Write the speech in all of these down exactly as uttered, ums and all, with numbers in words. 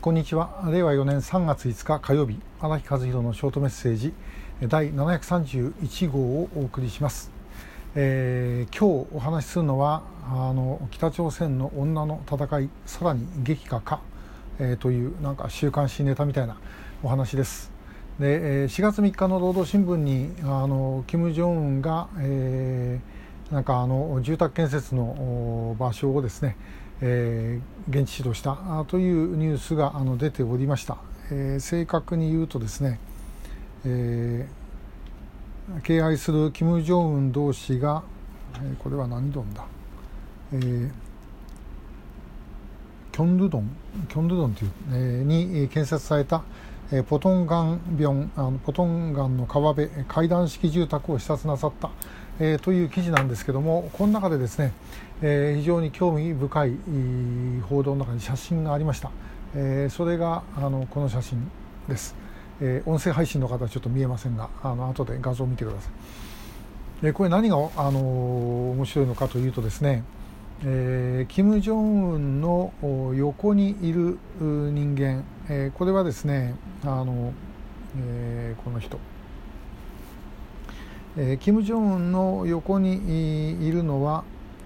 こんにちは。れいわよねんさんがついつか火曜日、荒木和弘のショートメッセージだいななひゃくさんじゅういちごうをお送りします。えー、今日お話しするのはあの北朝鮮の女の戦いさらに激化か、えー、というなんか週刊誌ネタみたいなお話です。でしがつみっかの労働新聞にあの金正恩が、えー、なんかあの住宅建設の場所をですね、えー、現地指導したというニュースがあの出ておりました。えー、正確に言うとですね、えー、敬愛する金正恩同士が、えー、これは何ドンだ、えー、キョンルドンキョンルドンという、えー、に建設されたポトンガンビョンあのポトンガンの川辺階段式住宅を視察なさった、えー、という記事なんですけども、この中でですね、えー、非常に興味深い報道の中に写真がありました。えー、それがあのこの写真です。えー、音声配信の方はちょっと見えませんが、あの後で画像を見てください。えー、これ何が、あのー、面白いのかというとですね、えー、金正恩の横にいる人間、えー、これはですね、あの、えー、この人、えー、金正恩の横にいるのは、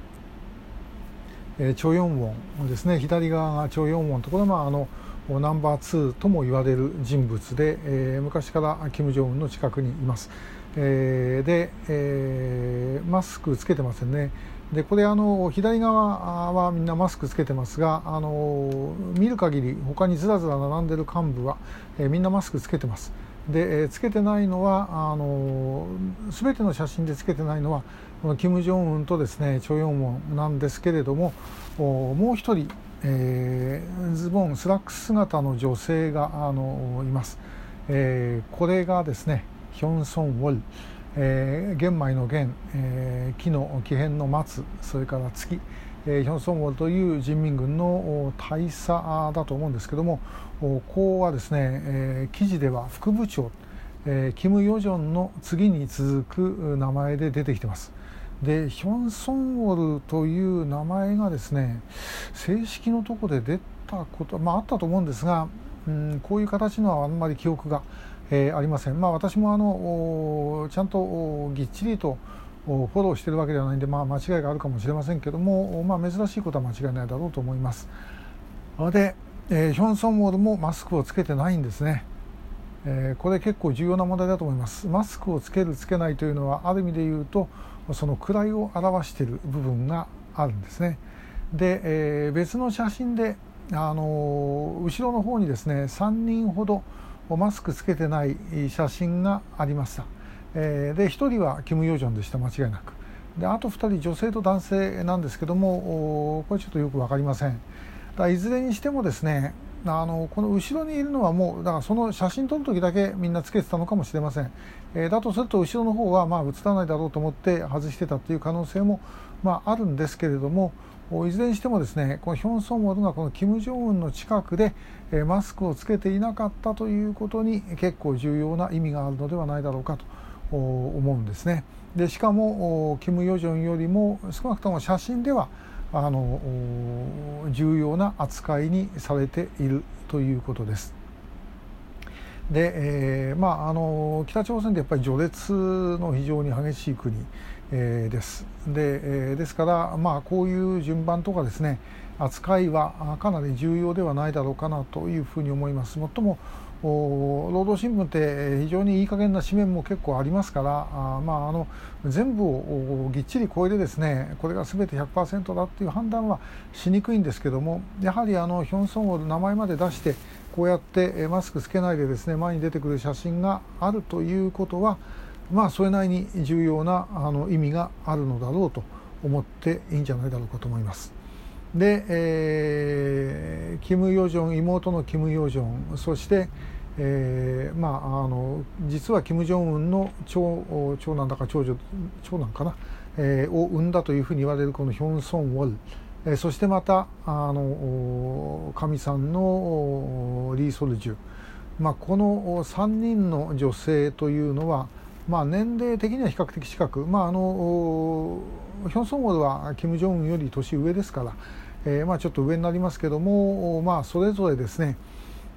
えー、チョ・ヨンウォンですね。左側がチョ・ヨンウォンと、これはまああのナンバーツーとも言われる人物で、えー、昔から金正恩の近くにいます。えー、で、えー、マスクつけてませんね。でこれあの左側はみんなマスクつけてますが、あの見る限り他にずらずら並んでる幹部は、えー、みんなマスクつけてます。で、えー、つけてないのはあの全ての写真でつけてないのはこの金正恩とですねチョ・ヨンウォンなんですけれども、もう一人、えー、ズボンスラックス姿の女性があのいます。えー、これがですねヒョン・ソンウォル、えー、玄米の玄、えー、木の木偏の松、それから月、えー、ヒョン・ソンウォルという人民軍の大佐だと思うんですけども、ここはですね、えー、記事では副部長、えー、キム・ヨジョンの次に続く名前で出てきてます。でヒョン・ソンウォルという名前がですね正式のところで出たこと、まあ、あったと思うんですが、うん、こういう形のはあんまり記憶がえー、ありません。まあ、私もあのちゃんとぎっちりとフォローしているわけではないんで、まあ、間違いがあるかもしれませんけども、まあ、珍しいことは間違いないだろうと思います。で、えー、ヒョン・ソンウォルもマスクをつけてないんですね。えー、これ結構重要な問題だと思います。マスクをつけるつけないというのはある意味で言うとその位を表している部分があるんですね。で、えー、別の写真で、あのー、後ろの方にですねさんにんほどマスクつけてない写真がありました。えー、でひとりはキム・ヨジョンでした、間違いなく。であとふたり女性と男性なんですけども、これちょっとよく分かりません。だからいずれにしてもですね、あのこの後ろにいるのはもうだからその写真撮る時だけみんなつけてたのかもしれません。えー、だとすると後ろの方はまあ映らないだろうと思って外してたっていう可能性もまああるんですけれども、いずれにしてもですねこのヒョン・ソンウォルがこの金正恩の近くでマスクをつけていなかったということに結構重要な意味があるのではないだろうかと思うんですね。でしかもキム・ヨジョンよりも少なくとも写真ではあの重要な扱いにされているということです。で、えーまあ、あの北朝鮮ってやっぱり序列の非常に激しい国、えー、です。で、えー、ですから、まあ、こういう順番とかですね扱いはかなり重要ではないだろうかなというふうに思います。もっとも労働新聞って非常にいい加減な紙面も結構ありますから、あ、まあ、あの全部をぎっちり超えてですねこれが全て ひゃくパーセント だっていう判断はしにくいんですけども、やはりあのヒョン・ソンウォル名前まで出してこうやってマスクつけないでですね前に出てくる写真があるということは、まあ、それなりに重要なあの意味があるのだろうと思っていいんじゃないだろうかと思います。で、えー、キム・ヨジョン、妹のキム・ヨジョン、そして、えーまあ、あの実はキム・ジョンウンの 長, 長男だか長女長男かな、えー、を産んだというふうに言われるこのヒョン・ソンウォル、えー、そしてまたあの神さんのリー・ソルジュ、まあ、このさんにんの女性というのは、まあ、年齢的には比較的近く、まあ、あのヒョン・ソンウォルはキム・ジョンウンより年上ですから、えーまあ、ちょっと上になりますけども、まあ、それぞれですね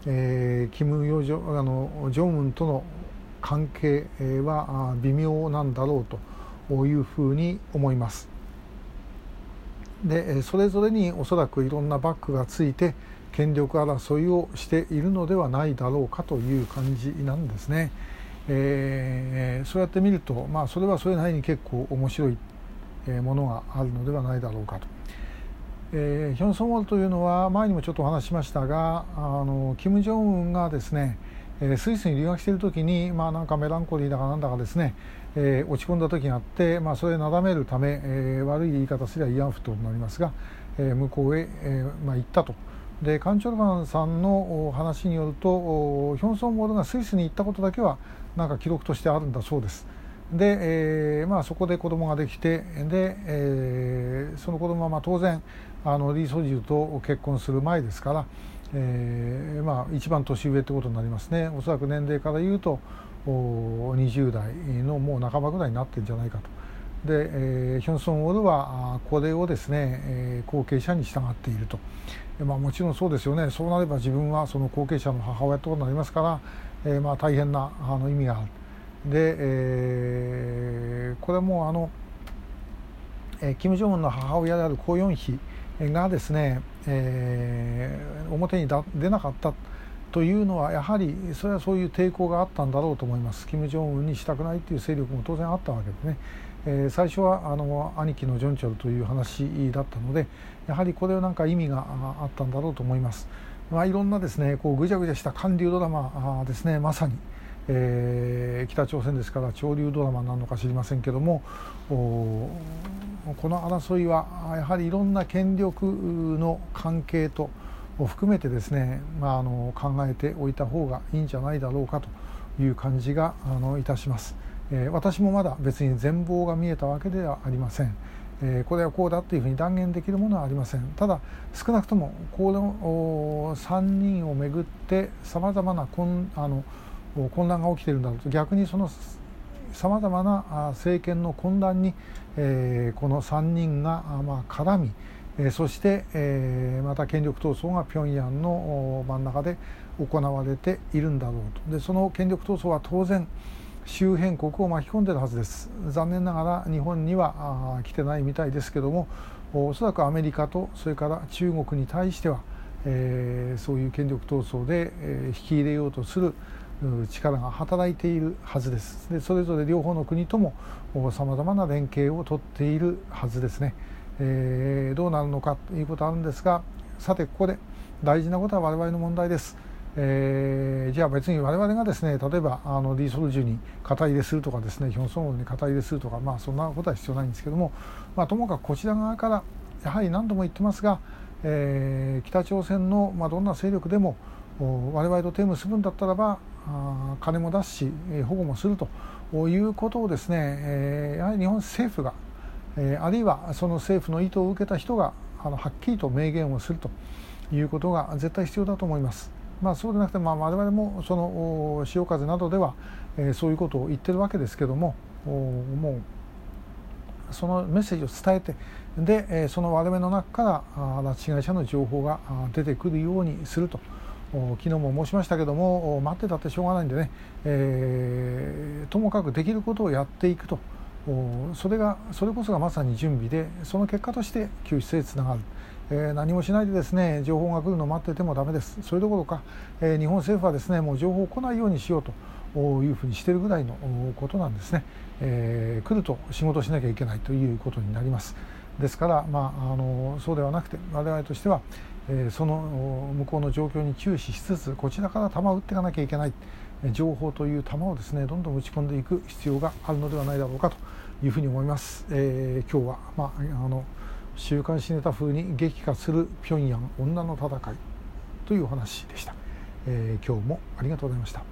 えー、キム・ヨジョあのジョンウンとの関係は微妙なんだろうというふうに思います。でそれぞれにおそらくいろんなバックがついて権力争いをしているのではないだろうかという感じなんですね。えー、そうやって見ると、まあ、それはそれなりに結構面白いものがあるのではないだろうかと。えー、ヒョン・ソンウォルというのは前にもちょっとお話ししましたが、あのキム・ジョンウンがですねスイスに留学している時に、まあ、なんかメランコリーだかなんだかですね、えー、落ち込んだ時があって、まあ、それをなだめるため、えー、悪い言い方すれば慰安婦となりますが、えー、向こうへ、えーまあ、行ったと。でカン・チョルバンさんの話によるとヒョン・ソンウォルがスイスに行ったことだけはなんか記録としてあるんだそうです。で、えーまあ、そこで子供ができてで、えー、その子供はまあ当然あのリー・ソジュと結婚する前ですから、えーまあ、一番年上ってことになりますね。おそらく年齢から言うとにじゅう代のもう半ばぐらいになってるんじゃないかと。で、えー、ヒョン・ソンウォルはこれをですね、えー、後継者に従っていると。まあ、もちろんそうですよね。そうなれば自分はその後継者の母親となりますから、えーまあ、大変なあの意味がある。で、えー、これもあの、えー、キム・ジョンウンの母親であるコ・ヨンヒがですね、えー、表に出なかったというのはやはりそれはそういう抵抗があったんだろうと思います。キム・ジョンウンにしたくないという勢力も当然あったわけですね。えー、最初はあの兄貴のジョンチョルという話だったので、やはりこれはなんか意味があったんだろうと思います。まあ、いろんなですねこうぐちゃぐちゃした韓流ドラマですね、まさに、えー、北朝鮮ですから潮流ドラマなのか知りませんけども、この争いはやはりいろんな権力の関係と含めてですね、まあ、あの考えておいた方がいいんじゃないだろうかという感じがあのいたします。えー、私もまだ別に全貌が見えたわけではありません。えー、これはこうだというふうに断言できるものはありません。ただ少なくともこのさんにんをめぐってさまざまな混あの混乱が起きているんだろうと、逆にそのさまざまな政権の混乱に、えー、このさんにんが、まあ、絡み、えー、そして、えー、また権力闘争が平壌の真ん中で行われているんだろうと。でその権力闘争は当然周辺国を巻き込んでいるはずです。残念ながら日本には来てないみたいですけども、おそらくアメリカとそれから中国に対しては、えー、そういう権力闘争で、えー、引き入れようとする力が働いているはずです。でそれぞれ両方の国ともさまざまな連携をとっているはずですね。えー、どうなるのかということはあるんですが、さてここで大事なことは我々の問題です。えー、じゃあ別に我々がですね、例えばあのリ・ソルジュに肩入れするとかですね、ヒョン・ソンウォルに肩入れするとか、まあそんなことは必要ないんですけども、まあ、ともかくこちら側からやはり何度も言ってますが、えー、北朝鮮の、まあ、どんな勢力でも我々と手を結ぶんだったらばあ金も出すし保護もするということをですね、えー、やはり日本政府が、えー、あるいはその政府の意図を受けた人があのはっきりと明言をするということが絶対必要だと思います。まあ、そうでなくて、まあ、我々もその潮風などでは、えー、そういうことを言ってるわけですけども、もうそのメッセージを伝えてで、えー、その我々の中から拉致被害者の情報が出てくるようにすると。昨日も申しましたけども、待ってたってしょうがないんでね、えー、ともかくできることをやっていくと、それがそれこそがまさに準備で、その結果として救出へつながる。えー、何もしないでですね情報が来るのを待っててもダメです。それどころか、えー、日本政府はですねもう情報来ないようにしようというふうにしているぐらいのことなんですね。えー、来ると仕事しなきゃいけないということになります。ですから、まあ、あのそうではなくて我々としては、えー、その向こうの状況に注視しつつこちらから弾を撃っていかなきゃいけない。情報という弾をですねどんどん打ち込んでいく必要があるのではないだろうかというふうに思います。えー、今日は、まあ、あの週刊誌ネタ風に激化する平壌女の戦いというお話でした。えー、今日もありがとうございました。